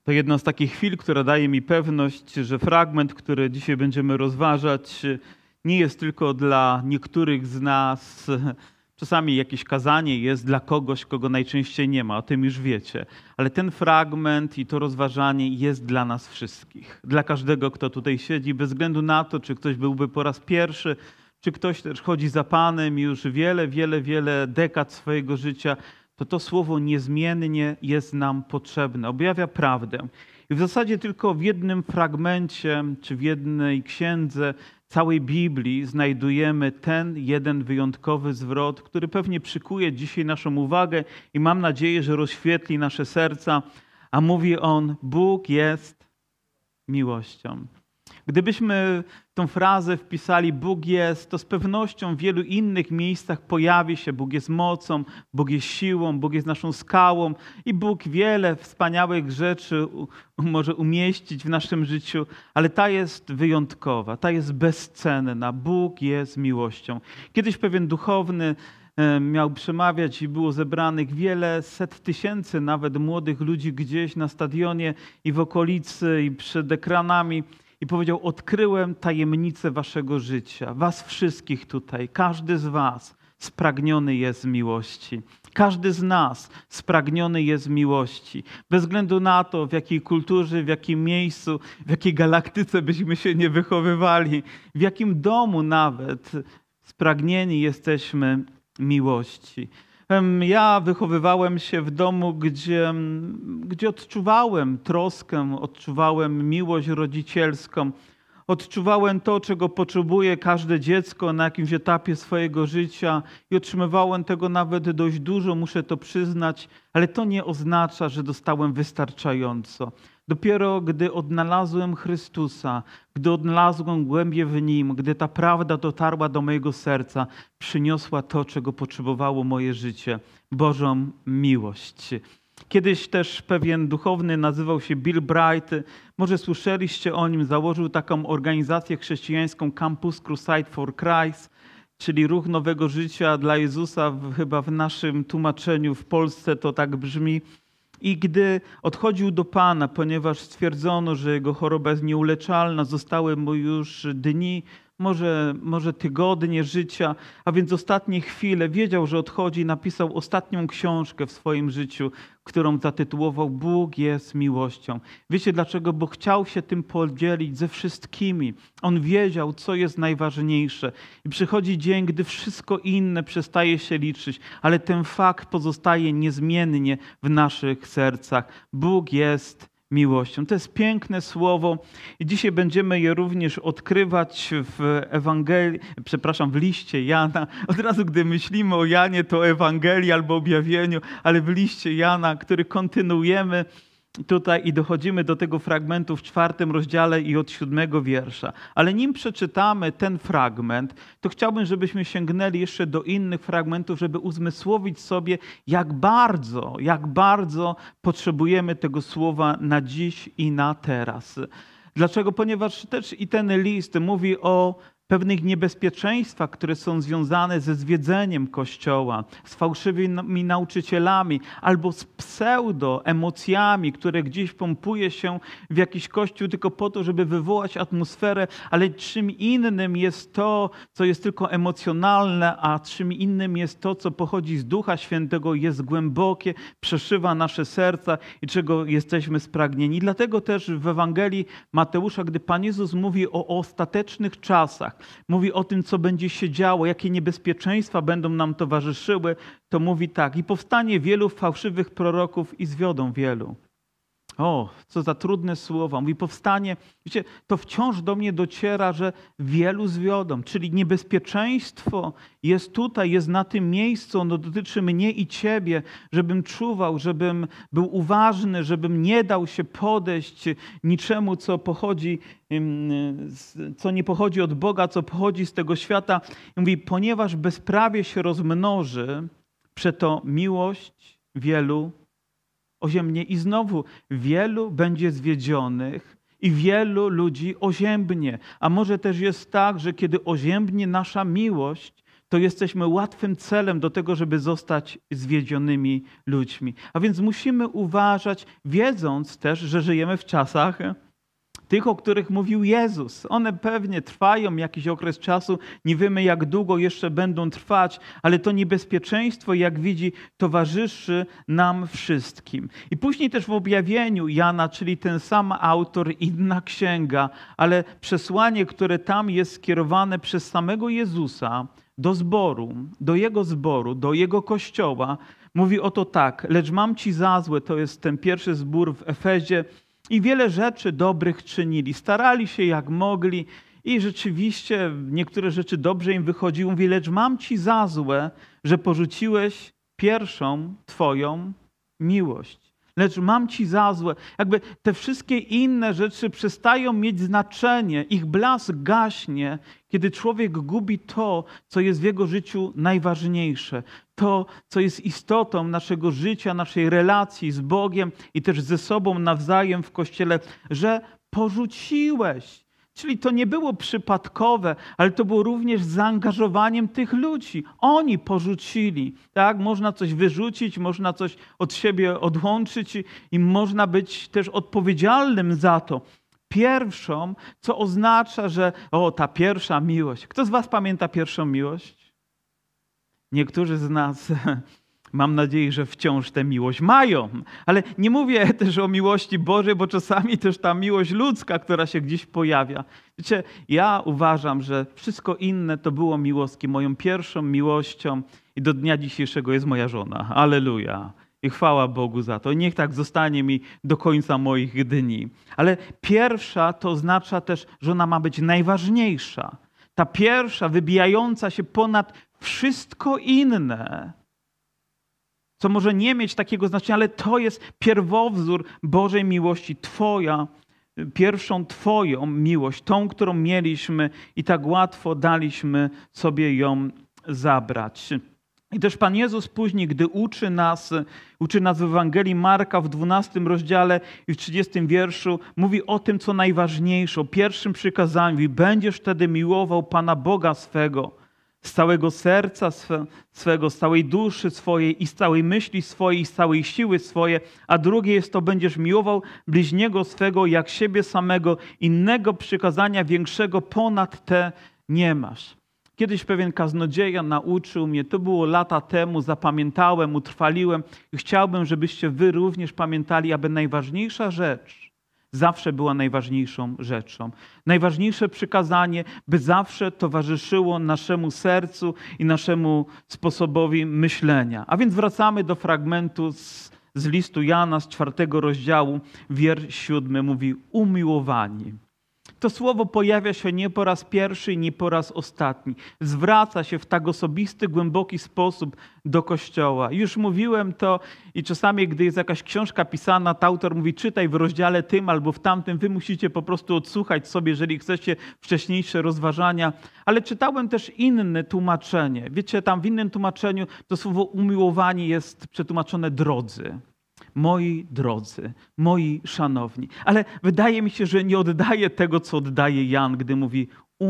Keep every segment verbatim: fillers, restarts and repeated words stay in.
To jedna z takich chwil, która daje mi pewność, że fragment, który dzisiaj będziemy rozważać, nie jest tylko dla niektórych z nas. Czasami jakieś kazanie jest dla kogoś, kogo najczęściej nie ma, o tym już wiecie. Ale ten fragment i to rozważanie jest dla nas wszystkich. Dla każdego, kto tutaj siedzi, bez względu na to, czy ktoś byłby po raz pierwszy, czy ktoś też chodzi za Panem już wiele, wiele, wiele dekad swojego życia, to to słowo niezmiennie jest nam potrzebne. Objawia prawdę. I w zasadzie tylko w jednym fragmencie, czy w jednej księdze całej Biblii znajdujemy ten jeden wyjątkowy zwrot, który pewnie przykuje dzisiaj naszą uwagę i mam nadzieję, że rozświetli nasze serca, a mówi on: Bóg jest miłością. Gdybyśmy tą frazę wpisali Bóg jest, to z pewnością w wielu innych miejscach pojawi się Bóg jest mocą, Bóg jest siłą, Bóg jest naszą skałą i Bóg wiele wspaniałych rzeczy może umieścić w naszym życiu, ale ta jest wyjątkowa, ta jest bezcenna. Bóg jest miłością. Kiedyś pewien duchowny miał przemawiać i było zebranych wiele set tysięcy nawet młodych ludzi gdzieś na stadionie i w okolicy i przed ekranami. I powiedział: odkryłem tajemnicę waszego życia, was wszystkich tutaj, każdy z was spragniony jest miłości. Każdy z nas spragniony jest miłości. Bez względu na to, w jakiej kulturze, w jakim miejscu, w jakiej galaktyce byśmy się nie wychowywali, w jakim domu nawet spragnieni jesteśmy miłości. Ja wychowywałem się w domu, gdzie, gdzie odczuwałem troskę, odczuwałem miłość rodzicielską, odczuwałem to, czego potrzebuje każde dziecko na jakimś etapie swojego życia i otrzymywałem tego nawet dość dużo, muszę to przyznać, ale to nie oznacza, że dostałem wystarczająco. Dopiero gdy odnalazłem Chrystusa, gdy odnalazłem głębię w Nim, gdy ta prawda dotarła do mojego serca, przyniosła to, czego potrzebowało moje życie, Bożą miłość. Kiedyś też pewien duchowny nazywał się Bill Bright, może słyszeliście o nim, założył taką organizację chrześcijańską Campus Crusade for Christ, czyli Ruch Nowego Życia dla Jezusa, chyba w naszym tłumaczeniu w Polsce to tak brzmi. I gdy odchodził do Pana, ponieważ stwierdzono, że jego choroba jest nieuleczalna, zostały mu już dni, może, może tygodnie życia, a więc ostatnie chwile, wiedział, że odchodzi, napisał ostatnią książkę w swoim życiu, którą zatytułował Bóg jest miłością. Wiecie dlaczego? Bo chciał się tym podzielić ze wszystkimi. On wiedział, co jest najważniejsze. I przychodzi dzień, gdy wszystko inne przestaje się liczyć, ale ten fakt pozostaje niezmiennie w naszych sercach. Bóg jest miłością. To jest piękne słowo i dzisiaj będziemy je również odkrywać w Ewangelii, przepraszam, w liście Jana. Od razu, gdy myślimy o Janie, to Ewangelii albo objawieniu, ale w liście Jana, który kontynuujemy tutaj i dochodzimy do tego fragmentu w czwartym rozdziale i od siódmego wiersza. Ale nim przeczytamy ten fragment, to chciałbym, żebyśmy sięgnęli jeszcze do innych fragmentów, żeby uzmysłowić sobie, jak bardzo, jak bardzo potrzebujemy tego słowa na dziś i na teraz. Dlaczego? Ponieważ też i ten list mówi o pewnych niebezpieczeństwach, które są związane ze zwiedzeniem Kościoła, z fałszywymi nauczycielami albo z pseudo-emocjami, które gdzieś pompuje się w jakiś Kościół tylko po to, żeby wywołać atmosferę, ale czym innym jest to, co jest tylko emocjonalne, a czym innym jest to, co pochodzi z Ducha Świętego, jest głębokie, przeszywa nasze serca i czego jesteśmy spragnieni. Dlatego też w Ewangelii Mateusza, gdy Pan Jezus mówi o ostatecznych czasach, mówi o tym, co będzie się działo, jakie niebezpieczeństwa będą nam towarzyszyły, to mówi tak: i powstanie wielu fałszywych proroków i zwiodą wielu. O, co za trudne słowa. Mówi powstanie, wiecie, to wciąż do mnie dociera, że wielu zwiodą, czyli niebezpieczeństwo jest tutaj, jest na tym miejscu, ono dotyczy mnie i ciebie, żebym czuwał, żebym był uważny, żebym nie dał się podejść niczemu, co pochodzi, co nie pochodzi od Boga, co pochodzi z tego świata. I mówi, ponieważ bezprawie się rozmnoży, przeto miłość wielu oziębnie i znowu wielu będzie zwiedzionych i wielu ludzi oziębnie. A może też jest tak, że kiedy oziębnie nasza miłość, to jesteśmy łatwym celem do tego, żeby zostać zwiedzionymi ludźmi. A więc musimy uważać, wiedząc też, że żyjemy w czasach tych, o których mówił Jezus. One pewnie trwają jakiś okres czasu, nie wiemy jak długo jeszcze będą trwać, ale to niebezpieczeństwo, jak widzi, towarzyszy nam wszystkim. I później też w objawieniu Jana, czyli ten sam autor, inna księga, ale przesłanie, które tam jest skierowane przez samego Jezusa do zboru, do Jego zboru, do Jego Kościoła, mówi oto tak: lecz mam ci za złe, to jest ten pierwszy zbór w Efezie, i wiele rzeczy dobrych czynili. Starali się jak mogli i rzeczywiście niektóre rzeczy dobrze im wychodziły. Mówi, lecz mam ci za złe, że porzuciłeś pierwszą twoją miłość. Lecz mam ci za złe. Jakby te wszystkie inne rzeczy przestają mieć znaczenie. Ich blask gaśnie, kiedy człowiek gubi to, co jest w jego życiu najważniejsze. To, co jest istotą naszego życia, naszej relacji z Bogiem i też ze sobą nawzajem w Kościele, że porzuciłeś. Czyli to nie było przypadkowe, ale to było również zaangażowaniem tych ludzi. Oni porzucili. Tak? Można coś wyrzucić, można coś od siebie odłączyć i można być też odpowiedzialnym za to. Pierwszą, co oznacza, że o, ta pierwsza miłość. Kto z was pamięta pierwszą miłość? Niektórzy z nas, mam nadzieję, że wciąż tę miłość mają. Ale nie mówię też o miłości Bożej, bo czasami też ta miłość ludzka, która się gdzieś pojawia. Wiecie, ja uważam, że wszystko inne to było miłoskie. Moją pierwszą miłością i do dnia dzisiejszego jest moja żona. Alleluja. I chwała Bogu za to. I niech tak zostanie mi do końca moich dni. Ale pierwsza to oznacza też, że ona ma być najważniejsza. Ta pierwsza, wybijająca się ponad wszystko inne, co może nie mieć takiego znaczenia, ale to jest pierwowzór Bożej miłości. Twoja, pierwszą Twoją miłość, tą, którą mieliśmy i tak łatwo daliśmy sobie ją zabrać. I też Pan Jezus później, gdy uczy nas, uczy nas w Ewangelii Marka w dwunastym rozdziale i w trzydziestym wierszu, mówi o tym, co najważniejsze, o pierwszym przykazaniu. I będziesz wtedy miłował Pana Boga swego, z całego serca swego, z całej duszy swojej i z całej myśli swojej i z całej siły swojej. A drugie jest to, będziesz miłował bliźniego swego jak siebie samego. Innego przykazania większego ponad te nie masz. Kiedyś pewien kaznodzieja nauczył mnie, to było lata temu, zapamiętałem, utrwaliłem i chciałbym, żebyście wy również pamiętali, aby najważniejsza rzecz zawsze była najważniejszą rzeczą. Najważniejsze przykazanie, by zawsze towarzyszyło naszemu sercu i naszemu sposobowi myślenia. A więc wracamy do fragmentu z, z listu Jana z czwartego rozdziału, wiersz siódmy mówi umiłowani. To słowo pojawia się nie po raz pierwszy i nie po raz ostatni. Zwraca się w tak osobisty, głęboki sposób do Kościoła. Już mówiłem to i czasami, gdy jest jakaś książka pisana, to autor mówi, czytaj w rozdziale tym albo w tamtym. Wy musicie po prostu odsłuchać sobie, jeżeli chcecie wcześniejsze rozważania. Ale czytałem też inne tłumaczenie. Wiecie, tam w innym tłumaczeniu to słowo umiłowani jest przetłumaczone drodzy. Moi drodzy, moi szanowni. Ale wydaje mi się, że nie oddaje tego, co oddaje Jan, gdy mówi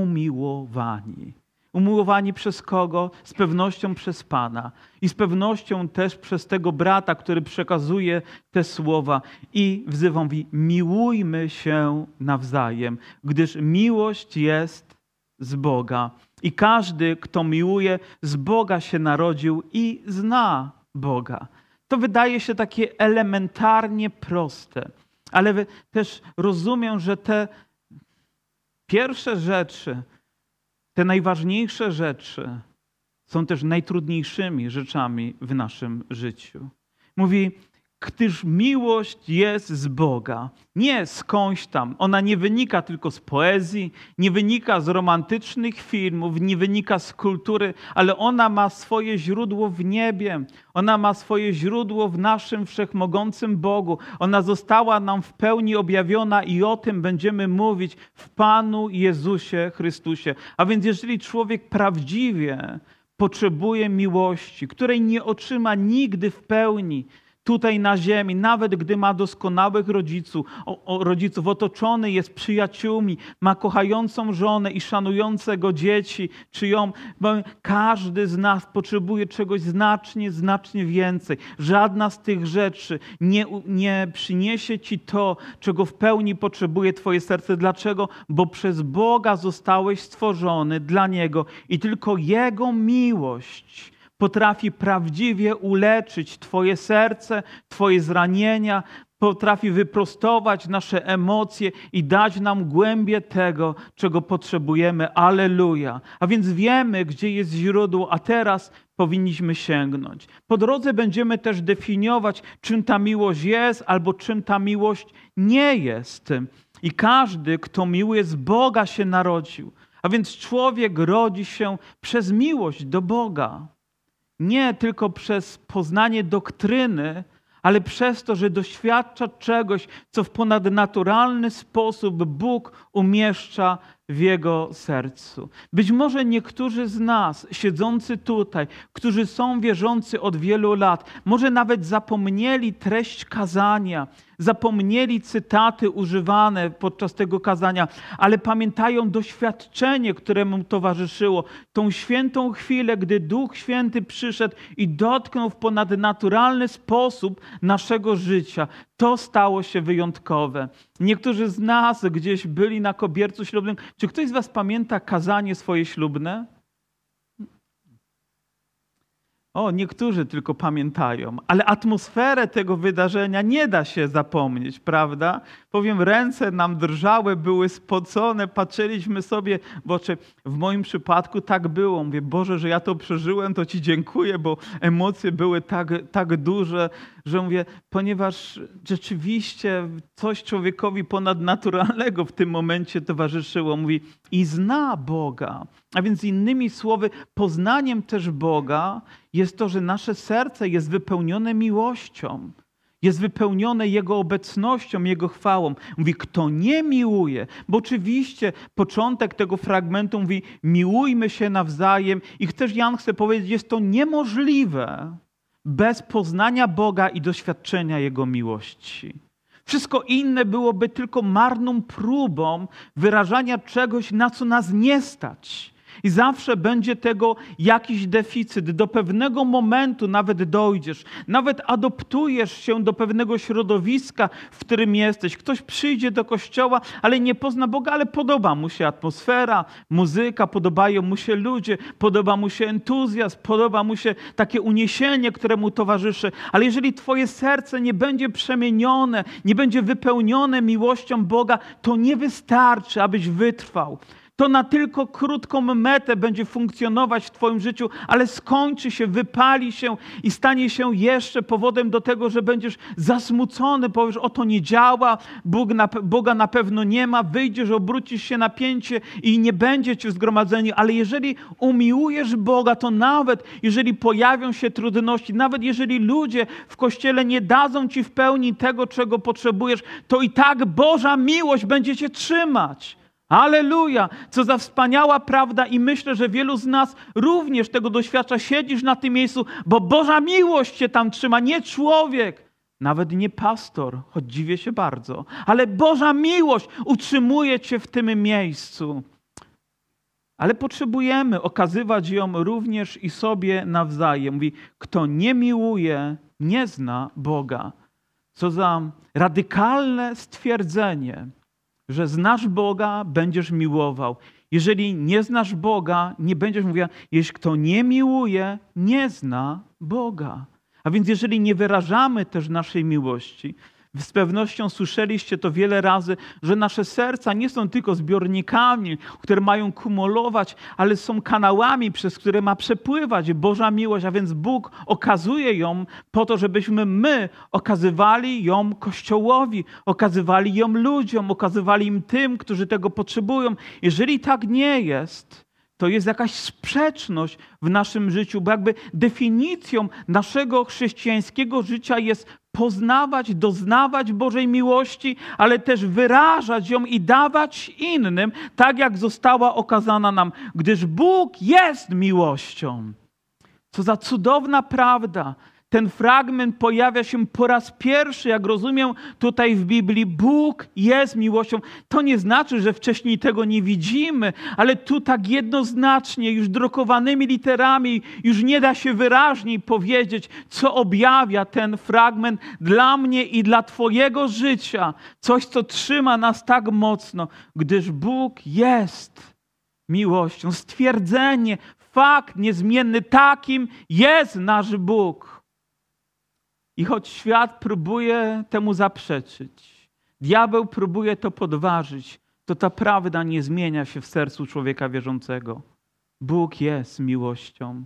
umiłowani. Umiłowani przez kogo? Z pewnością przez Pana. I z pewnością też przez tego brata, który przekazuje te słowa. I wzywam, mówi, miłujmy się nawzajem, gdyż miłość jest z Boga. I każdy, kto miłuje, z Boga się narodził i zna Boga. To wydaje się takie elementarnie proste, ale też rozumiem, że te pierwsze rzeczy, te najważniejsze rzeczy są też najtrudniejszymi rzeczami w naszym życiu. Mówi, gdyż miłość jest z Boga, nie skądś tam. Ona nie wynika tylko z poezji, nie wynika z romantycznych filmów, nie wynika z kultury, ale ona ma swoje źródło w niebie. Ona ma swoje źródło w naszym wszechmogącym Bogu. Ona została nam w pełni objawiona i o tym będziemy mówić w Panu Jezusie Chrystusie. A więc jeżeli człowiek prawdziwie potrzebuje miłości, której nie otrzyma nigdy w pełni, tutaj na ziemi, nawet gdy ma doskonałych rodziców, o, o, rodziców, otoczony jest przyjaciółmi, ma kochającą żonę i szanującego dzieci, czy ją, bo każdy z nas potrzebuje czegoś znacznie, znacznie więcej. Żadna z tych rzeczy nie, nie przyniesie ci to, czego w pełni potrzebuje twoje serce. Dlaczego? Bo przez Boga zostałeś stworzony dla Niego i tylko Jego miłość potrafi prawdziwie uleczyć twoje serce, twoje zranienia, potrafi wyprostować nasze emocje i dać nam głębię tego, czego potrzebujemy. Alleluja. A więc wiemy, gdzie jest źródło, a teraz powinniśmy sięgnąć. Po drodze będziemy też definiować, czym ta miłość jest albo czym ta miłość nie jest. I każdy, kto miłuje, z Boga się narodził. A więc człowiek rodzi się przez miłość do Boga. Nie tylko przez poznanie doktryny, ale przez to, że doświadcza czegoś, co w ponadnaturalny sposób Bóg umieszcza w jego sercu. Być może niektórzy z nas, siedzący tutaj, którzy są wierzący od wielu lat, może nawet zapomnieli treść kazania, zapomnieli cytaty używane podczas tego kazania, ale pamiętają doświadczenie, które mu towarzyszyło. Tą świętą chwilę, gdy Duch Święty przyszedł i dotknął w ponadnaturalny sposób naszego życia. To stało się wyjątkowe. Niektórzy z nas gdzieś byli na kobiercu ślubnym. Czy ktoś z was pamięta kazanie swoje ślubne? O, niektórzy tylko pamiętają, ale atmosferę tego wydarzenia nie da się zapomnieć, prawda? Powiem, ręce nam drżały, były spocone, patrzyliśmy sobie w oczy. W moim przypadku tak było. Mówię, Boże, że ja to przeżyłem, to Ci dziękuję, bo emocje były tak, tak duże, że mówię, ponieważ rzeczywiście coś człowiekowi ponadnaturalnego w tym momencie towarzyszyło. Mówi, i zna Boga. A więc innymi słowy, poznaniem też Boga jest to, że nasze serce jest wypełnione miłością. Jest wypełnione Jego obecnością, Jego chwałą. Mówi, kto nie miłuje, bo oczywiście początek tego fragmentu mówi, miłujmy się nawzajem i też Jan chce powiedzieć, jest to niemożliwe bez poznania Boga i doświadczenia Jego miłości. Wszystko inne byłoby tylko marną próbą wyrażania czegoś, na co nas nie stać. I zawsze będzie tego jakiś deficyt. Do pewnego momentu nawet dojdziesz, nawet adoptujesz się do pewnego środowiska, w którym jesteś. Ktoś przyjdzie do kościoła, ale nie pozna Boga, ale podoba mu się atmosfera, muzyka, podobają mu się ludzie, podoba mu się entuzjazm, podoba mu się takie uniesienie, które mu towarzyszy. Ale jeżeli twoje serce nie będzie przemienione, nie będzie wypełnione miłością Boga, to nie wystarczy, abyś wytrwał. To na tylko krótką metę będzie funkcjonować w twoim życiu, ale skończy się, wypali się i stanie się jeszcze powodem do tego, że będziesz zasmucony, powiesz, o to nie działa, Bóg na, Boga na pewno nie ma, wyjdziesz, obrócisz się na pięcie i nie będzie cię w zgromadzeniu, ale jeżeli umiłujesz Boga, to nawet jeżeli pojawią się trudności, nawet jeżeli ludzie w Kościele nie dadzą ci w pełni tego, czego potrzebujesz, to i tak Boża miłość będzie cię trzymać. Alleluja! Co za wspaniała prawda i myślę, że wielu z nas również tego doświadcza. Siedzisz na tym miejscu, bo Boża miłość cię tam trzyma, nie człowiek, nawet nie pastor, choć dziwię się bardzo, ale Boża miłość utrzymuje cię w tym miejscu. Ale potrzebujemy okazywać ją również i sobie nawzajem. Mówi, kto nie miłuje, nie zna Boga. Co za radykalne stwierdzenie, że znasz Boga, będziesz miłował. Jeżeli nie znasz Boga, nie będziesz mówił, jeśli kto nie miłuje, nie zna Boga. A więc jeżeli nie wyrażamy też naszej miłości, z pewnością słyszeliście to wiele razy, że nasze serca nie są tylko zbiornikami, które mają kumulować, ale są kanałami, przez które ma przepływać Boża miłość, a więc Bóg okazuje ją po to, żebyśmy my okazywali ją Kościołowi, okazywali ją ludziom, okazywali im tym, którzy tego potrzebują. Jeżeli tak nie jest, to jest jakaś sprzeczność w naszym życiu, bo jakby definicją naszego chrześcijańskiego życia jest poznawać, doznawać Bożej miłości, ale też wyrażać ją i dawać innym, tak jak została okazana nam, gdyż Bóg jest miłością. Co za cudowna prawda. ten fragment pojawia się po raz pierwszy, jak rozumiem tutaj w Biblii. Bóg jest miłością. To nie znaczy, że wcześniej tego nie widzimy, ale tu tak jednoznacznie, już drukowanymi literami, już nie da się wyraźniej powiedzieć, co objawia ten fragment dla mnie i dla Twojego życia. Coś, co trzyma nas tak mocno, gdyż Bóg jest miłością. Stwierdzenie, fakt niezmienny, takim jest nasz Bóg. I choć świat próbuje temu zaprzeczyć, diabeł próbuje to podważyć, to ta prawda nie zmienia się w sercu człowieka wierzącego. Bóg jest miłością.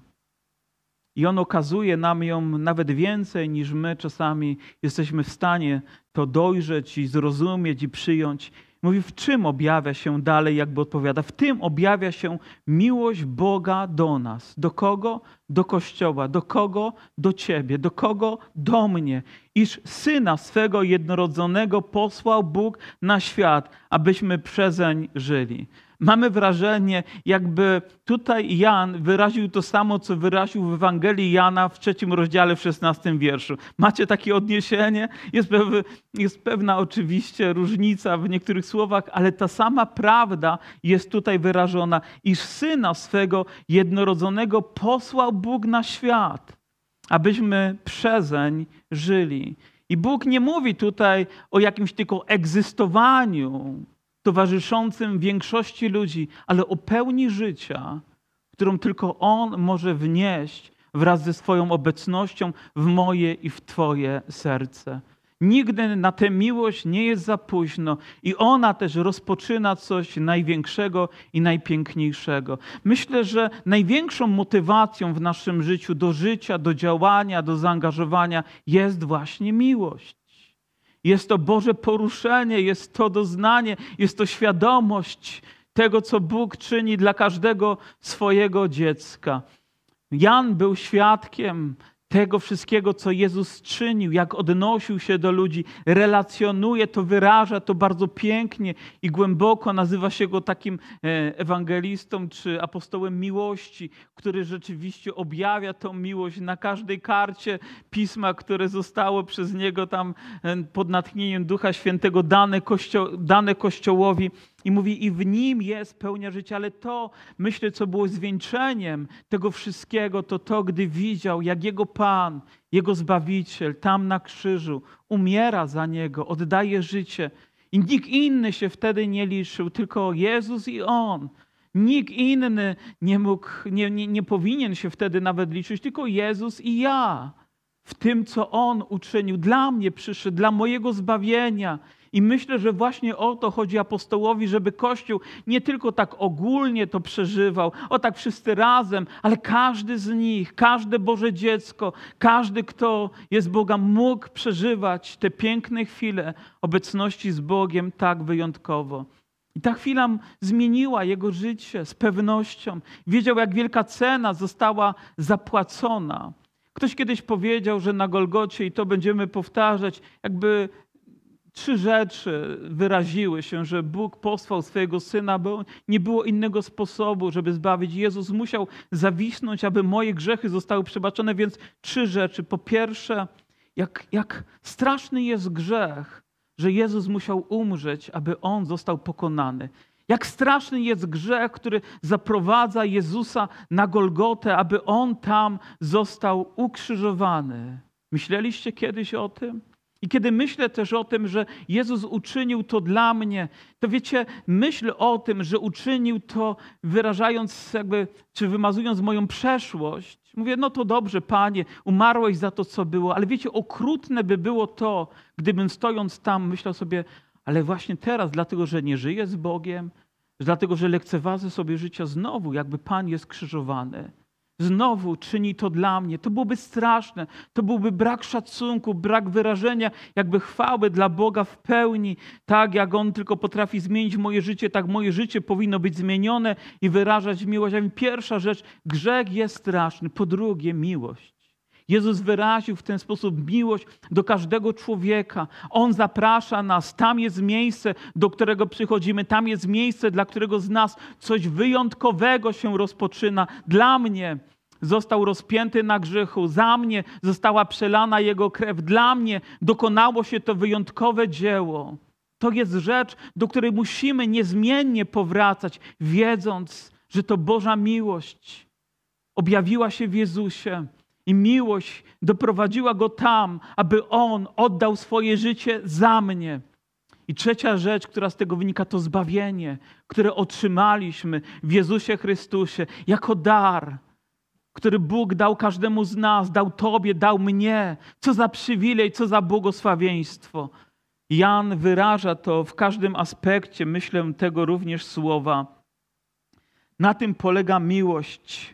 I On okazuje nam ją nawet więcej, niż my czasami jesteśmy w stanie to dojrzeć i zrozumieć i przyjąć. Mówi, w czym objawia się dalej, jakby odpowiada. W tym objawia się miłość Boga do nas. Do kogo? Do Kościoła. Do kogo? Do Ciebie. Do kogo? Do mnie. Iż Syna swego jednorodzonego posłał Bóg na świat, abyśmy przezeń żyli. Mamy wrażenie, jakby tutaj Jan wyraził to samo, co wyraził w Ewangelii Jana w trzecim rozdziale, w szesnastym wierszu. Macie takie odniesienie? Jest, pew, jest pewna oczywiście różnica w niektórych słowach, ale ta sama prawda jest tutaj wyrażona, iż Syna swego jednorodzonego posłał Bóg na świat, abyśmy przezeń żyli. I Bóg nie mówi tutaj o jakimś tylko egzystowaniu towarzyszącym większości ludzi, ale o pełni życia, którą tylko On może wnieść wraz ze swoją obecnością w moje i w Twoje serce. Nigdy na tę miłość nie jest za późno i ona też rozpoczyna coś największego i najpiękniejszego. Myślę, że największą motywacją w naszym życiu do życia, do działania, do zaangażowania jest właśnie miłość. Jest to Boże poruszenie, jest to doznanie, jest to świadomość tego, co Bóg czyni dla każdego swojego dziecka. Jan był świadkiem tego wszystkiego, co Jezus czynił, jak odnosił się do ludzi, relacjonuje to, wyraża to bardzo pięknie i głęboko. Nazywa się go takim ewangelistą czy apostołem miłości, który rzeczywiście objawia tą miłość na każdej karcie pisma, które zostało przez niego tam pod natchnieniem Ducha Świętego dane, kościo- dane Kościołowi. I mówi, i w nim jest pełnia życia, ale to, myślę, co było zwieńczeniem tego wszystkiego, to to, gdy widział, jak jego Pan, jego Zbawiciel tam na krzyżu umiera za niego, oddaje życie. I nikt inny się wtedy nie liczył, tylko Jezus i On. Nikt inny nie mógł, nie, nie, nie powinien się wtedy nawet liczyć, tylko Jezus i ja. W tym, co On uczynił, dla mnie przyszedł, dla mojego zbawienia. I myślę, że właśnie o to chodzi apostołowi, żeby Kościół nie tylko tak ogólnie to przeżywał, o tak wszyscy razem, ale każdy z nich, każde Boże dziecko, każdy, kto jest Boga, mógł przeżywać te piękne chwile obecności z Bogiem tak wyjątkowo. I ta chwila zmieniła jego życie z pewnością. Wiedział, jak wielka cena została zapłacona. Ktoś kiedyś powiedział, że na Golgocie, i to będziemy powtarzać, jakby trzy rzeczy wyraziły się, że Bóg posłał swojego Syna, bo nie było innego sposobu, żeby zbawić. Jezus musiał zawisnąć, aby moje grzechy zostały przebaczone, więc trzy rzeczy. Po pierwsze, jak, jak straszny jest grzech, że Jezus musiał umrzeć, aby On został pokonany. Jak straszny jest grzech, który zaprowadza Jezusa na Golgotę, aby On tam został ukrzyżowany. Myśleliście kiedyś o tym? I kiedy myślę też o tym, że Jezus uczynił to dla mnie, to wiecie, myśl o tym, że uczynił to wyrażając jakby, czy wymazując moją przeszłość. Mówię, no to dobrze, Panie, umarłeś za to, co było, ale wiecie, okrutne by było to, gdybym stojąc tam myślał sobie, ale właśnie teraz, dlatego, że nie żyję z Bogiem, dlatego, że lekceważę sobie życia znowu, jakby Pan jest krzyżowany. Znowu czyni to dla mnie. To byłoby straszne. To byłby brak szacunku, brak wyrażenia jakby chwały dla Boga w pełni. Tak jak On tylko potrafi zmienić moje życie, tak moje życie powinno być zmienione i wyrażać miłość. A więc pierwsza rzecz, grzech jest straszny. Po drugie, miłość. Jezus wyraził w ten sposób miłość do każdego człowieka. On zaprasza nas. Tam jest miejsce, do którego przychodzimy. Tam jest miejsce, dla którego z nas coś wyjątkowego się rozpoczyna. Dla mnie został rozpięty na grzechu, za mnie została przelana Jego krew, dla mnie dokonało się to wyjątkowe dzieło. To jest rzecz, do której musimy niezmiennie powracać, wiedząc, że to Boża miłość objawiła się w Jezusie i miłość doprowadziła Go tam, aby On oddał swoje życie za mnie. I trzecia rzecz, która z tego wynika, to zbawienie, które otrzymaliśmy w Jezusie Chrystusie jako dar, który Bóg dał każdemu z nas, dał Tobie, dał mnie. Co za przywilej, co za błogosławieństwo. Jan wyraża to w każdym aspekcie, myślę, tego również słowa. Na tym polega miłość,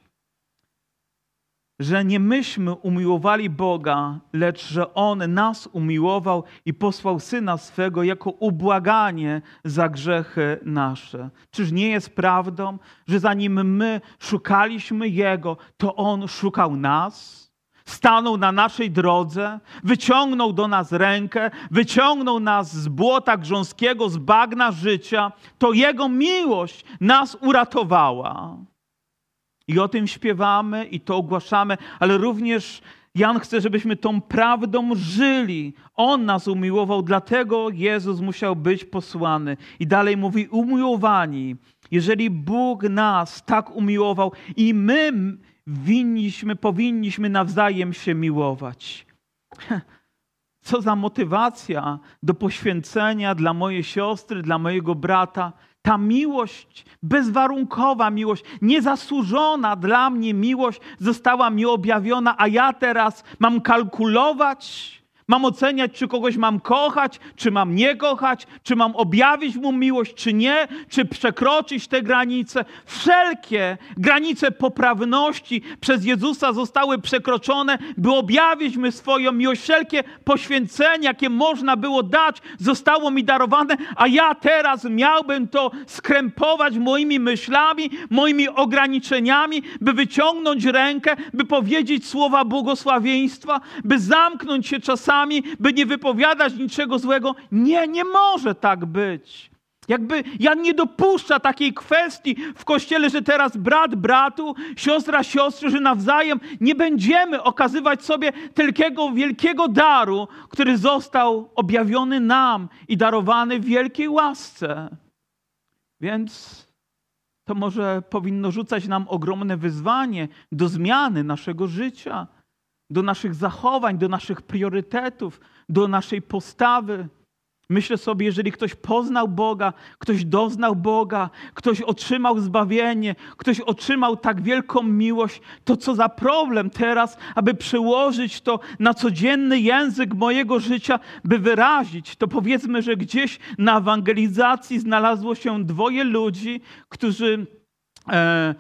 że nie myśmy umiłowali Boga, lecz że On nas umiłował i posłał Syna swego jako ubłaganie za grzechy nasze. Czyż nie jest prawdą, że zanim my szukaliśmy Jego, to On szukał nas? Stanął na naszej drodze, wyciągnął do nas rękę, wyciągnął nas z błota grząskiego, z bagna życia. To Jego miłość nas uratowała. I o tym śpiewamy i to ogłaszamy, ale również Jan chce, żebyśmy tą prawdą żyli. On nas umiłował, dlatego Jezus musiał być posłany. I dalej mówi, umiłowani, jeżeli Bóg nas tak umiłował i my winniśmy, powinniśmy nawzajem się miłować. Co za motywacja do poświęcenia dla mojej siostry, dla mojego brata. Ta miłość, bezwarunkowa miłość, niezasłużona dla mnie miłość została mi objawiona, a ja teraz mam kalkulować, mam oceniać, czy kogoś mam kochać, czy mam nie kochać, czy mam objawić mu miłość, czy nie, czy przekroczyć te granice. Wszelkie granice poprawności przez Jezusa zostały przekroczone, by objawić mi swoją miłość. Wszelkie poświęcenia, jakie można było dać, zostało mi darowane, a ja teraz miałbym to skrępować moimi myślami, moimi ograniczeniami, by wyciągnąć rękę, by powiedzieć słowa błogosławieństwa, by zamknąć się czasami, by nie wypowiadać niczego złego. Nie, nie może tak być. Jakby Jan nie dopuszcza takiej kwestii w Kościele, że teraz brat bratu, siostra siostrze, że nawzajem nie będziemy okazywać sobie takiego wielkiego daru, który został objawiony nam i darowany w wielkiej łasce. Więc to może powinno rzucać nam ogromne wyzwanie do zmiany naszego życia, do naszych zachowań, do naszych priorytetów, do naszej postawy. Myślę sobie, jeżeli ktoś poznał Boga, ktoś doznał Boga, ktoś otrzymał zbawienie, ktoś otrzymał tak wielką miłość, to co za problem teraz, aby przełożyć to na codzienny język mojego życia, by wyrazić. To powiedzmy, że gdzieś na ewangelizacji znalazło się dwoje ludzi, którzy e, e,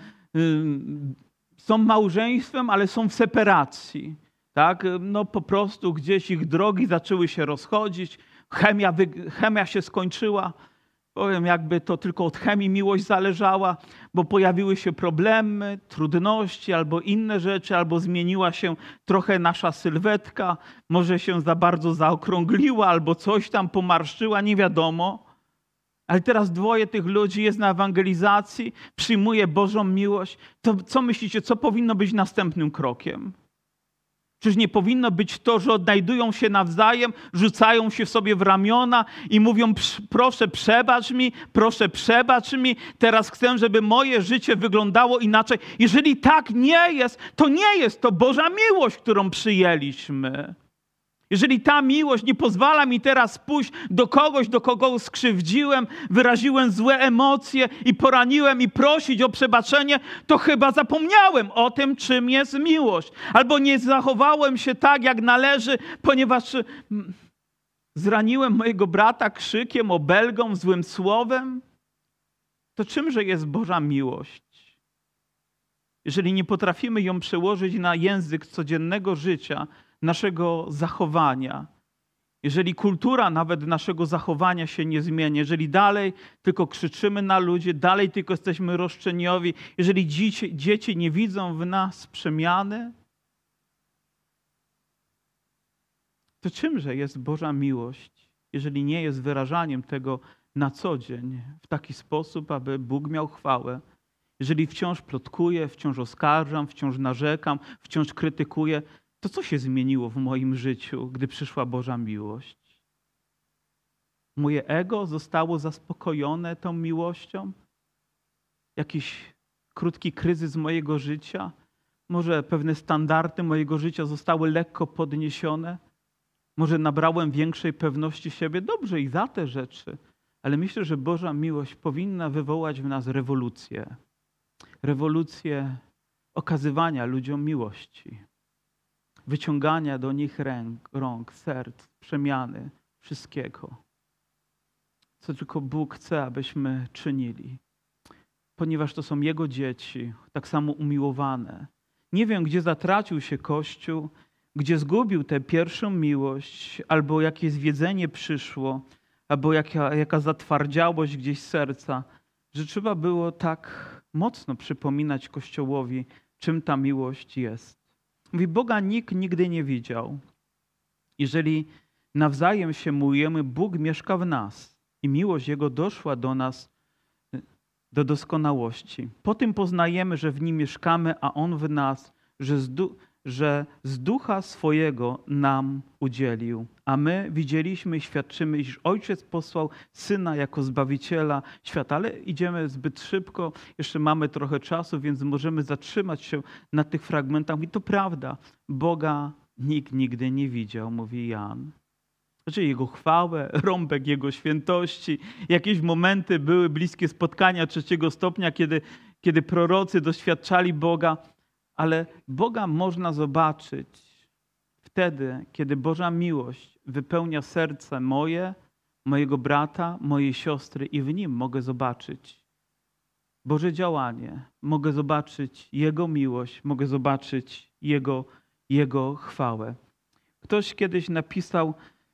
są małżeństwem, ale są w separacji. Tak? No po prostu gdzieś ich drogi zaczęły się rozchodzić, chemia, wy, chemia się skończyła. Powiem, jakby to tylko od chemii miłość zależała, bo pojawiły się problemy, trudności albo inne rzeczy, albo zmieniła się trochę nasza sylwetka, może się za bardzo zaokrągliła, albo coś tam pomarszczyła, nie wiadomo. Ale teraz dwoje tych ludzi jest na ewangelizacji, przyjmuje Bożą miłość. To co myślicie, co powinno być następnym krokiem? Czyż nie powinno być to, że odnajdują się nawzajem, rzucają się w sobie w ramiona i mówią, proszę przebacz mi, proszę przebacz mi, teraz chcę, żeby moje życie wyglądało inaczej. Jeżeli tak nie jest, to nie jest to Boża miłość, którą przyjęliśmy. Jeżeli ta miłość nie pozwala mi teraz pójść do kogoś, do kogo skrzywdziłem, wyraziłem złe emocje i poraniłem i prosić o przebaczenie, to chyba zapomniałem o tym, czym jest miłość. Albo nie zachowałem się tak, jak należy, ponieważ zraniłem mojego brata krzykiem, obelgą, złym słowem. To czymże jest Boża miłość? Jeżeli nie potrafimy ją przełożyć na język codziennego życia, naszego zachowania, jeżeli kultura nawet naszego zachowania się nie zmieni, jeżeli dalej tylko krzyczymy na ludzi, dalej tylko jesteśmy roszczeniowi, jeżeli dzieci, dzieci nie widzą w nas przemiany, to czymże jest Boża miłość, jeżeli nie jest wyrażaniem tego na co dzień w taki sposób, aby Bóg miał chwałę Jeżeli wciąż plotkuję, wciąż oskarżam, wciąż narzekam, wciąż krytykuję, to co się zmieniło w moim życiu, gdy przyszła Boża miłość? Moje ego zostało zaspokojone tą miłością? Jakiś krótki kryzys mojego życia? Może pewne standardy mojego życia zostały lekko podniesione? Może nabrałem większej pewności siebie? Dobrze i za te rzeczy. Ale myślę, że Boża miłość powinna wywołać w nas rewolucję. Rewolucję okazywania ludziom miłości. Wyciągania do nich ręk, rąk, serc, przemiany, wszystkiego. Co tylko Bóg chce, abyśmy czynili. Ponieważ to są Jego dzieci, tak samo umiłowane. Nie wiem, gdzie zatracił się Kościół, gdzie zgubił tę pierwszą miłość, albo jakie zwiedzenie przyszło, albo jaka, jaka zatwardziałość gdzieś serca, że trzeba było tak mocno przypominać Kościołowi, czym ta miłość jest. Mówi, Boga nikt nigdy nie widział. Jeżeli nawzajem się miłujemy, Bóg mieszka w nas i miłość Jego doszła do nas do doskonałości. Po tym poznajemy, że w Nim mieszkamy, a On w nas, że z, du- że z Ducha swojego nam udzielił. A my widzieliśmy i świadczymy, iż Ojciec posłał Syna jako Zbawiciela świata. Ale idziemy zbyt szybko, jeszcze mamy trochę czasu, więc możemy zatrzymać się na tych fragmentach. I to prawda, Boga nikt nigdy nie widział, mówi Jan. Znaczy Jego chwałę, rąbek Jego świętości. Jakieś momenty były bliskie spotkania trzeciego stopnia, kiedy, kiedy prorocy doświadczali Boga, ale Boga można zobaczyć wtedy, kiedy Boża miłość wypełnia serce moje, mojego brata, mojej siostry i w Nim mogę zobaczyć Boże działanie, mogę zobaczyć Jego miłość, mogę zobaczyć Jego, Jego chwałę. Ktoś kiedyś napisał,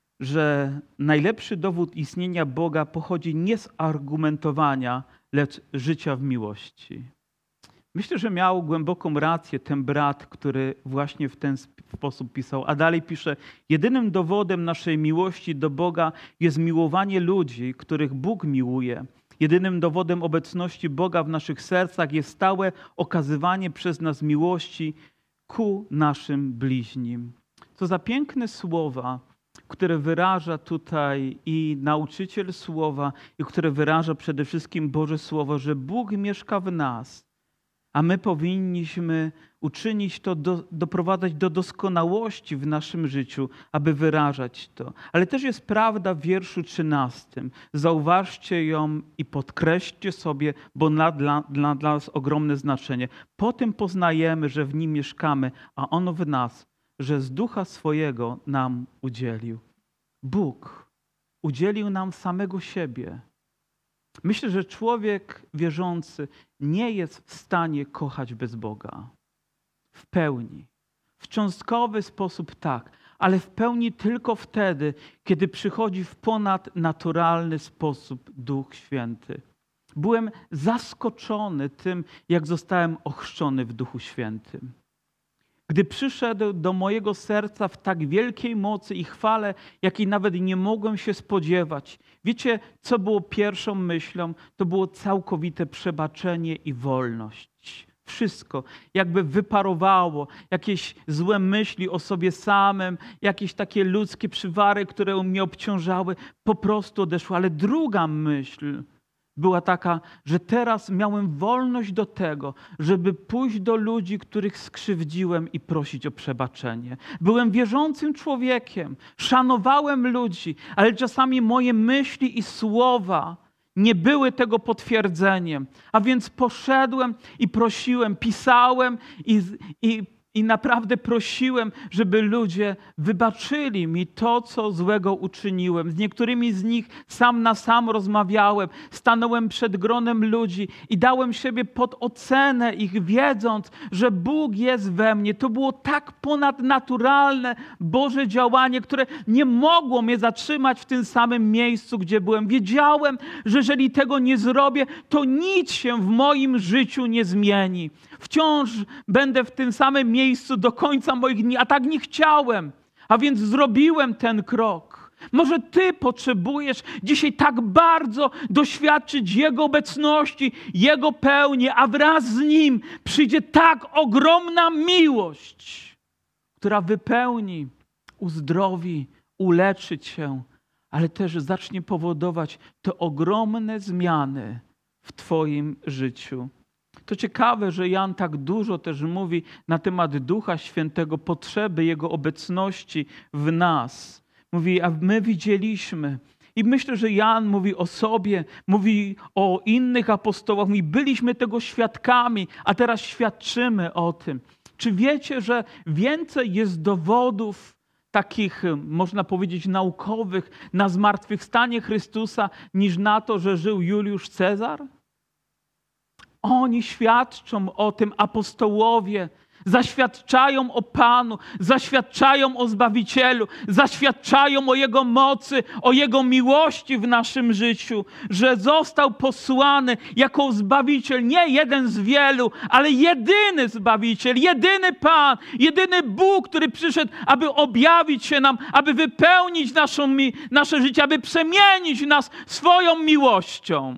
że najlepszy dowód istnienia Boga pochodzi nie z argumentowania, lecz życia w miłości. Myślę, że miał głęboką rację ten brat, który właśnie w ten sposób pisał. A dalej pisze, jedynym dowodem naszej miłości do Boga jest miłowanie ludzi, których Bóg miłuje. Jedynym dowodem obecności Boga w naszych sercach jest stałe okazywanie przez nas miłości ku naszym bliźnim. Co za piękne słowa, które wyraża tutaj i nauczyciel słowa, i które wyraża przede wszystkim Boże Słowo, że Bóg mieszka w nas, a my powinniśmy uczynić to, do, doprowadzać do doskonałości w naszym życiu, aby wyrażać to. Ale też jest prawda w wierszu trzynastym. Zauważcie ją i podkreślcie sobie, bo ma dla, dla, dla nas ogromne znaczenie. Po tym poznajemy, że w Nim mieszkamy, a On w nas, że z Ducha swojego nam udzielił. Bóg udzielił nam samego siebie. Myślę, że człowiek wierzący nie jest w stanie kochać bez Boga. W pełni. W cząstkowy sposób tak, ale w pełni tylko wtedy, kiedy przychodzi w ponadnaturalny sposób Duch Święty. Byłem zaskoczony tym, jak zostałem ochrzczony w Duchu Świętym. Gdy przyszedł do mojego serca w tak wielkiej mocy i chwale, jakiej nawet nie mogłem się spodziewać. Wiecie, co było pierwszą myślą? To było całkowite przebaczenie i wolność. Wszystko jakby wyparowało, jakieś złe myśli o sobie samym, jakieś takie ludzkie przywary, które mnie obciążały, po prostu odeszły. Ale druga myśl była taka, że teraz miałem wolność do tego, żeby pójść do ludzi, których skrzywdziłem i prosić o przebaczenie. Byłem wierzącym człowiekiem, szanowałem ludzi, ale czasami moje myśli i słowa nie były tego potwierdzeniem. A więc poszedłem i prosiłem, pisałem i, i I naprawdę prosiłem, żeby ludzie wybaczyli mi to, co złego uczyniłem. Z niektórymi z nich sam na sam rozmawiałem. Stanąłem przed gronem ludzi i dałem siebie pod ocenę ich, wiedząc, że Bóg jest we mnie. To było tak ponadnaturalne Boże działanie, które nie mogło mnie zatrzymać w tym samym miejscu, gdzie byłem. Wiedziałem, że jeżeli tego nie zrobię, to nic się w moim życiu nie zmieni. Wciąż będę w tym samym miejscu do końca moich dni, a tak nie chciałem. A więc zrobiłem ten krok. Może Ty potrzebujesz dzisiaj tak bardzo doświadczyć Jego obecności, Jego pełni, a wraz z Nim przyjdzie tak ogromna miłość, która wypełni, uzdrowi, uleczy Cię, ale też zacznie powodować te ogromne zmiany w Twoim życiu. To ciekawe, że Jan tak dużo też mówi na temat Ducha Świętego, potrzeby Jego obecności w nas. Mówi, a my widzieliśmy. I myślę, że Jan mówi o sobie, mówi o innych apostołach. Mówi, byliśmy tego świadkami, a teraz świadczymy o tym. Czy wiecie, że więcej jest dowodów takich, można powiedzieć, naukowych na zmartwychwstanie Chrystusa, niż na to, że żył Juliusz Cezar? Oni świadczą o tym, apostołowie, zaświadczają o Panu, zaświadczają o Zbawicielu, zaświadczają o Jego mocy, o Jego miłości w naszym życiu, że został posłany jako Zbawiciel, nie jeden z wielu, ale jedyny Zbawiciel, jedyny Pan, jedyny Bóg, który przyszedł, aby objawić się nam, aby wypełnić naszą, nasze życie, aby przemienić nas swoją miłością.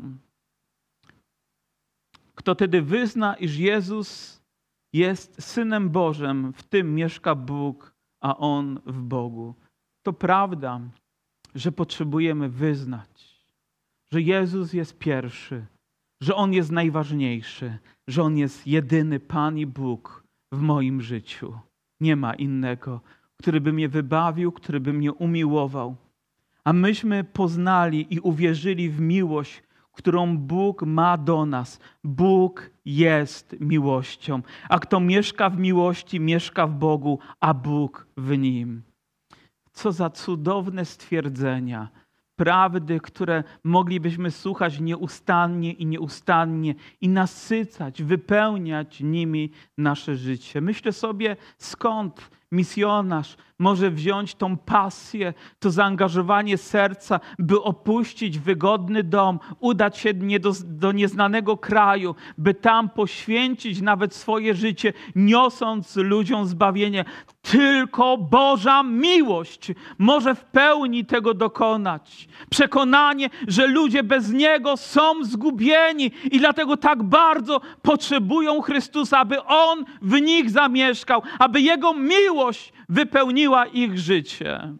Kto tedy wyzna, iż Jezus jest Synem Bożym, w tym mieszka Bóg, a On w Bogu. To prawda, że potrzebujemy wyznać, że Jezus jest pierwszy, że On jest najważniejszy, że On jest jedyny Pan i Bóg w moim życiu. Nie ma innego, który by mnie wybawił, który by mnie umiłował. A myśmy poznali i uwierzyli w miłość, którą Bóg ma do nas. Bóg jest miłością, a kto mieszka w miłości, mieszka w Bogu, a Bóg w Nim. Co za cudowne stwierdzenia, prawdy, które moglibyśmy słuchać nieustannie i nieustannie i nasycać, wypełniać nimi nasze życie. Myślę sobie, skąd misjonarz może wziąć tą pasję, to zaangażowanie serca, by opuścić wygodny dom, udać się nie do, do nieznanego kraju, by tam poświęcić nawet swoje życie, niosąc ludziom zbawienie. Tylko Boża miłość może w pełni tego dokonać. Przekonanie, że ludzie bez Niego są zgubieni i dlatego tak bardzo potrzebują Chrystusa, aby On w nich zamieszkał, aby Jego miłość wypełniła ich życie.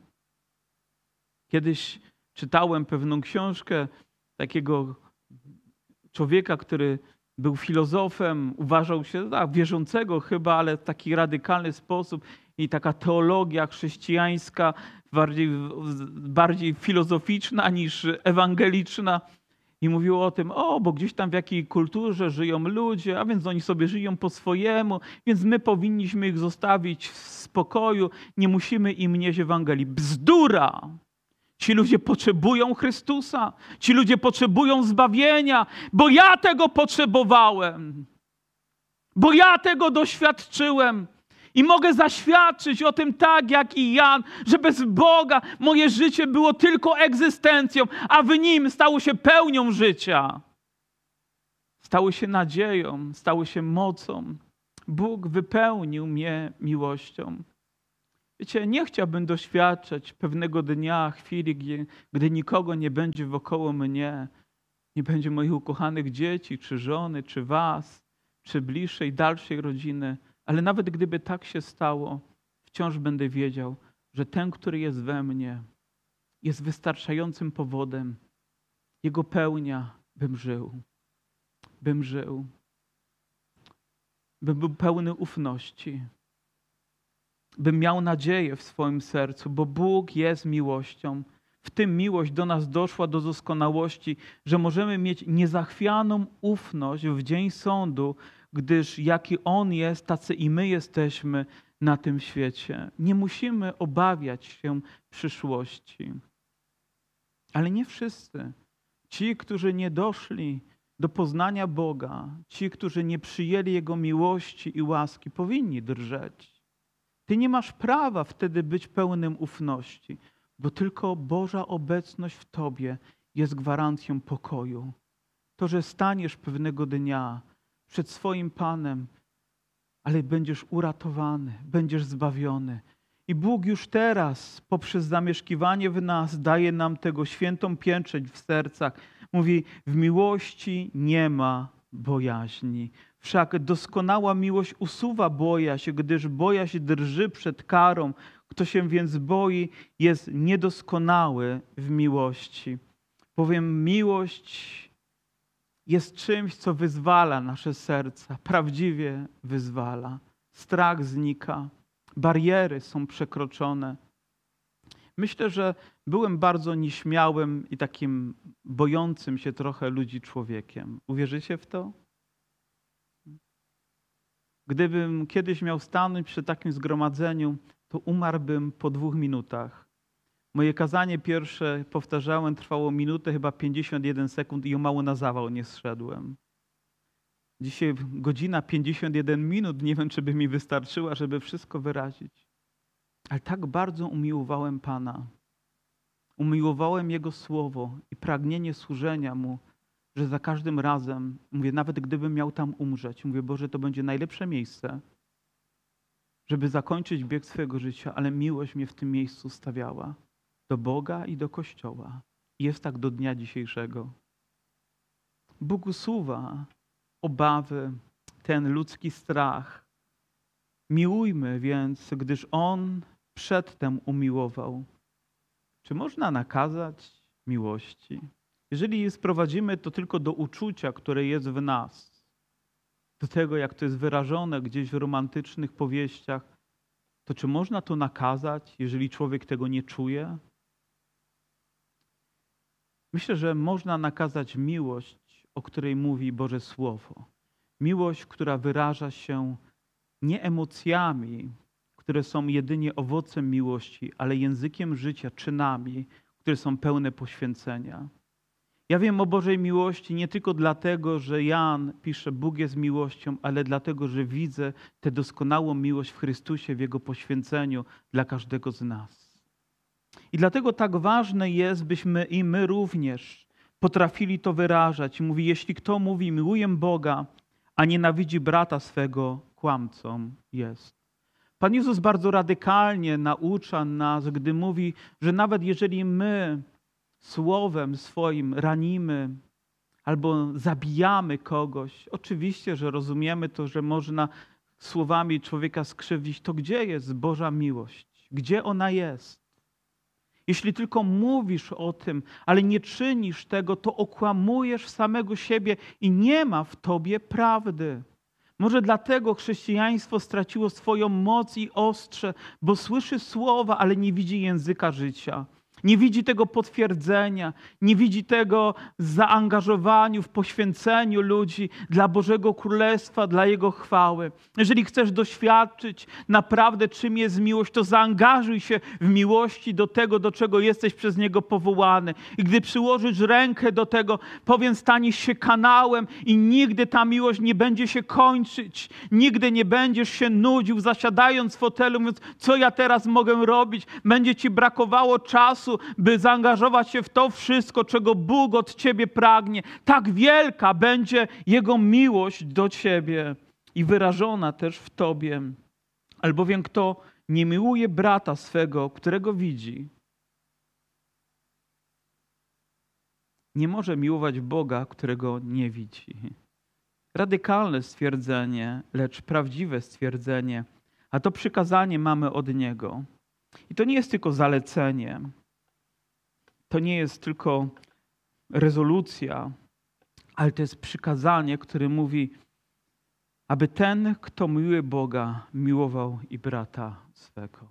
Kiedyś czytałem pewną książkę takiego człowieka, który był filozofem, uważał się za wierzącego chyba, ale w taki radykalny sposób. I taka teologia chrześcijańska, bardziej, bardziej filozoficzna niż ewangeliczna. I mówiło o tym, o, bo gdzieś tam w jakiej kulturze żyją ludzie, a więc oni sobie żyją po swojemu, więc my powinniśmy ich zostawić w spokoju, nie musimy im nieść Ewangelii. Bzdura! Ci ludzie potrzebują Chrystusa, ci ludzie potrzebują zbawienia, bo ja tego potrzebowałem, bo ja tego doświadczyłem. I mogę zaświadczyć o tym tak jak i Jan, że bez Boga moje życie było tylko egzystencją, a w Nim stało się pełnią życia. Stało się nadzieją, stało się mocą. Bóg wypełnił mnie miłością. Wiecie, nie chciałbym doświadczać pewnego dnia, chwili, gdzie, gdy nikogo nie będzie wokoło mnie, nie będzie moich ukochanych dzieci, czy żony, czy was, czy bliższej, dalszej rodziny. Ale nawet gdyby tak się stało, wciąż będę wiedział, że ten, który jest we mnie, jest wystarczającym powodem. Jego pełnia, bym żył. Bym żył. Bym był pełny ufności. Bym miał nadzieję w swoim sercu, bo Bóg jest miłością. W tym miłość do nas doszła do doskonałości, że możemy mieć niezachwianą ufność w dzień sądu, gdyż jaki On jest, tacy i my jesteśmy na tym świecie. Nie musimy obawiać się przyszłości. Ale nie wszyscy. Ci, którzy nie doszli do poznania Boga, ci, którzy nie przyjęli Jego miłości i łaski, powinni drżeć. Ty nie masz prawa wtedy być pełnym ufności, bo tylko Boża obecność w Tobie jest gwarancją pokoju. To, że staniesz pewnego dnia przed swoim Panem, ale będziesz uratowany, będziesz zbawiony I Bóg już teraz, poprzez zamieszkiwanie w nas, daje nam tego świętą pieczęć w sercach. Mówi, w miłości nie ma bojaźni. Wszak doskonała miłość usuwa bojaźń, gdyż bojaźń drży przed karą. Kto się więc boi, jest niedoskonały w miłości. Bowiem miłość jest czymś, co wyzwala nasze serca, prawdziwie wyzwala. Strach znika, bariery są przekroczone. Myślę, że byłem bardzo nieśmiałym i takim bojącym się trochę ludzi człowiekiem. Uwierzycie w to? Gdybym kiedyś miał stanąć przy takim zgromadzeniu, to umarłbym po dwóch minutach. Moje kazanie pierwsze, powtarzałem, trwało minutę, chyba pięćdziesiąt jeden sekund i o mało na zawał nie zszedłem. Dzisiaj godzina pięćdziesiąt jeden minut, nie wiem, czy by mi wystarczyła, żeby wszystko wyrazić. Ale tak bardzo umiłowałem Pana. Umiłowałem Jego Słowo i pragnienie służenia Mu, że za każdym razem, mówię, nawet gdybym miał tam umrzeć, mówię, Boże, to będzie najlepsze miejsce, żeby zakończyć bieg swojego życia, ale miłość mnie w tym miejscu stawiała. Do Boga i do Kościoła. I jest tak do dnia dzisiejszego. Bóg usuwa obawy, ten ludzki strach. Miłujmy więc, gdyż On przedtem umiłował. Czy można nakazać miłości? Jeżeli sprowadzimy to tylko do uczucia, które jest w nas, do tego, jak to jest wyrażone gdzieś w romantycznych powieściach, to czy można to nakazać, jeżeli człowiek tego nie czuje? Myślę, że można nakazać miłość, o której mówi Boże Słowo. Miłość, która wyraża się nie emocjami, które są jedynie owocem miłości, ale językiem życia, czynami, które są pełne poświęcenia. Ja wiem o Bożej miłości nie tylko dlatego, że Jan pisze, Bóg jest miłością, ale dlatego, że widzę tę doskonałą miłość w Chrystusie, w Jego poświęceniu dla każdego z nas. I dlatego tak ważne jest, byśmy i my również potrafili to wyrażać. Mówi, jeśli kto mówi, miłuję Boga, a nienawidzi brata swego, kłamcą jest. Pan Jezus bardzo radykalnie naucza nas, gdy mówi, że nawet jeżeli my słowem swoim ranimy albo zabijamy kogoś, oczywiście, że rozumiemy to, że można słowami człowieka skrzywdzić, to gdzie jest Boża miłość? Gdzie ona jest? Jeśli tylko mówisz o tym, ale nie czynisz tego, to okłamujesz samego siebie i nie ma w tobie prawdy. Może dlatego chrześcijaństwo straciło swoją moc i ostrze, bo słyszy słowa, ale nie widzi języka życia. Nie widzi tego potwierdzenia, nie widzi tego zaangażowaniu w poświęceniu ludzi dla Bożego Królestwa, dla Jego chwały. Jeżeli chcesz doświadczyć naprawdę, czym jest miłość, to zaangażuj się w miłości do tego, do czego jesteś przez Niego powołany. I gdy przyłożysz rękę do tego, powiem, staniesz się kanałem i nigdy ta miłość nie będzie się kończyć. Nigdy nie będziesz się nudził, zasiadając w fotelu, mówiąc, co ja teraz mogę robić. Będzie ci brakowało czasu, by zaangażować się w to wszystko, czego Bóg od ciebie pragnie. Tak wielka będzie Jego miłość do ciebie i wyrażona też w tobie. Albowiem kto nie miłuje brata swego, którego widzi, nie może miłować Boga, którego nie widzi. Radykalne stwierdzenie, lecz prawdziwe stwierdzenie, a to przykazanie mamy od Niego. I to nie jest tylko zalecenie, to nie jest tylko rezolucja, ale to jest przykazanie, które mówi, aby ten, kto miłuje Boga, miłował i brata swego.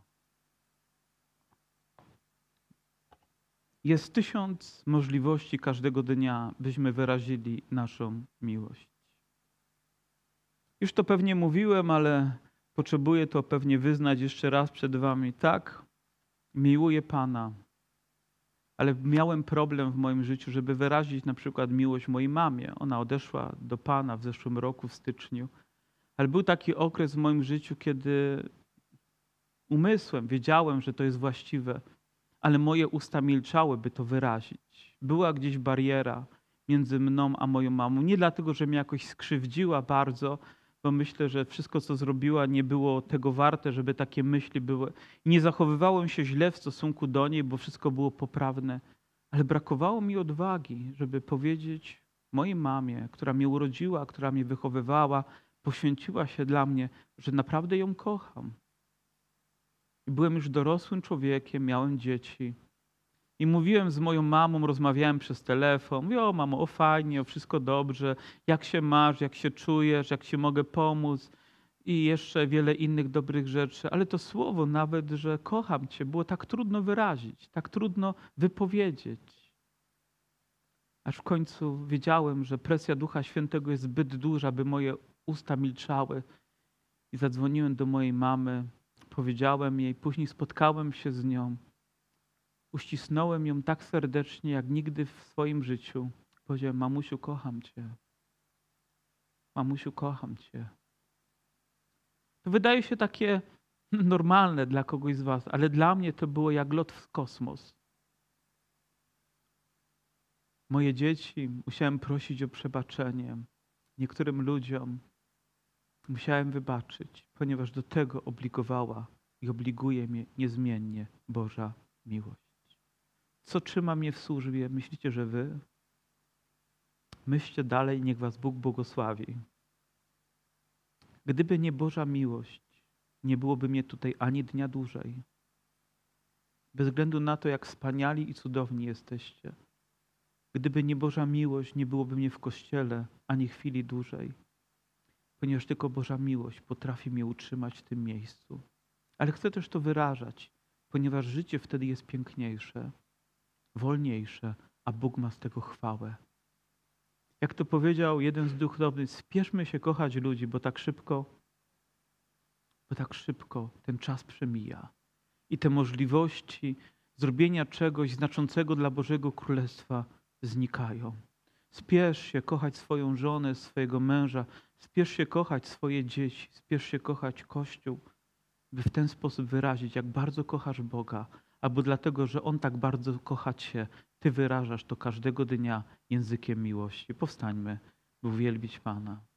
Jest tysiąc możliwości każdego dnia, byśmy wyrazili naszą miłość. Już to pewnie mówiłem, ale potrzebuję to pewnie wyznać jeszcze raz przed wami. Tak, miłuję Pana. Ale miałem problem w moim życiu, żeby wyrazić na przykład miłość mojej mamie. Ona odeszła do Pana w zeszłym roku, w styczniu. Ale był taki okres w moim życiu, kiedy umysłem wiedziałem, że to jest właściwe, ale moje usta milczały, by to wyrazić. Była gdzieś bariera między mną a moją mamą. Nie dlatego, że mnie jakoś skrzywdziła bardzo, bo myślę, że wszystko, co zrobiła, nie było tego warte, żeby takie myśli były. I nie zachowywałem się źle w stosunku do niej, bo wszystko było poprawne, ale brakowało mi odwagi, żeby powiedzieć mojej mamie, która mnie urodziła, która mnie wychowywała, poświęciła się dla mnie, że naprawdę ją kocham. I byłem już dorosłym człowiekiem, miałem dzieci. I mówiłem z moją mamą, rozmawiałem przez telefon. Mówię, o mamo, o fajnie, o wszystko dobrze, jak się masz, jak się czujesz, jak ci mogę pomóc i jeszcze wiele innych dobrych rzeczy. Ale to słowo nawet, że kocham cię, było tak trudno wyrazić, tak trudno wypowiedzieć. Aż w końcu wiedziałem, że presja Ducha Świętego jest zbyt duża, aby moje usta milczały. I zadzwoniłem do mojej mamy, powiedziałem jej, później spotkałem się z nią. Uścisnąłem ją tak serdecznie, jak nigdy w swoim życiu. Powiedziałem, mamusiu, kocham cię. Mamusiu, kocham cię. To wydaje się takie normalne dla kogoś z was, ale dla mnie to było jak lot w kosmos. Moje dzieci musiałem prosić o przebaczenie. Niektórym ludziom musiałem wybaczyć, ponieważ do tego obligowała i obliguje mnie niezmiennie Boża miłość. Co trzyma mnie w służbie? Myślicie, że wy? Myślcie dalej, niech was Bóg błogosławi. Gdyby nie Boża miłość, nie byłoby mnie tutaj ani dnia dłużej. Bez względu na to, jak wspaniali i cudowni jesteście. Gdyby nie Boża miłość, nie byłoby mnie w kościele ani chwili dłużej. Ponieważ tylko Boża miłość potrafi mnie utrzymać w tym miejscu. Ale chcę też to wyrażać, ponieważ życie wtedy jest piękniejsze, wolniejsze, a Bóg ma z tego chwałę. Jak to powiedział jeden z duchownych, spieszmy się kochać ludzi, bo tak szybko, bo tak szybko ten czas przemija. I te możliwości zrobienia czegoś znaczącego dla Bożego Królestwa znikają. Spiesz się kochać swoją żonę, swojego męża, spiesz się kochać swoje dzieci, spiesz się kochać Kościół, by w ten sposób wyrazić, jak bardzo kochasz Boga, albo dlatego, że On tak bardzo kocha cię, ty wyrażasz to każdego dnia językiem miłości. Powstańmy, by uwielbić Pana.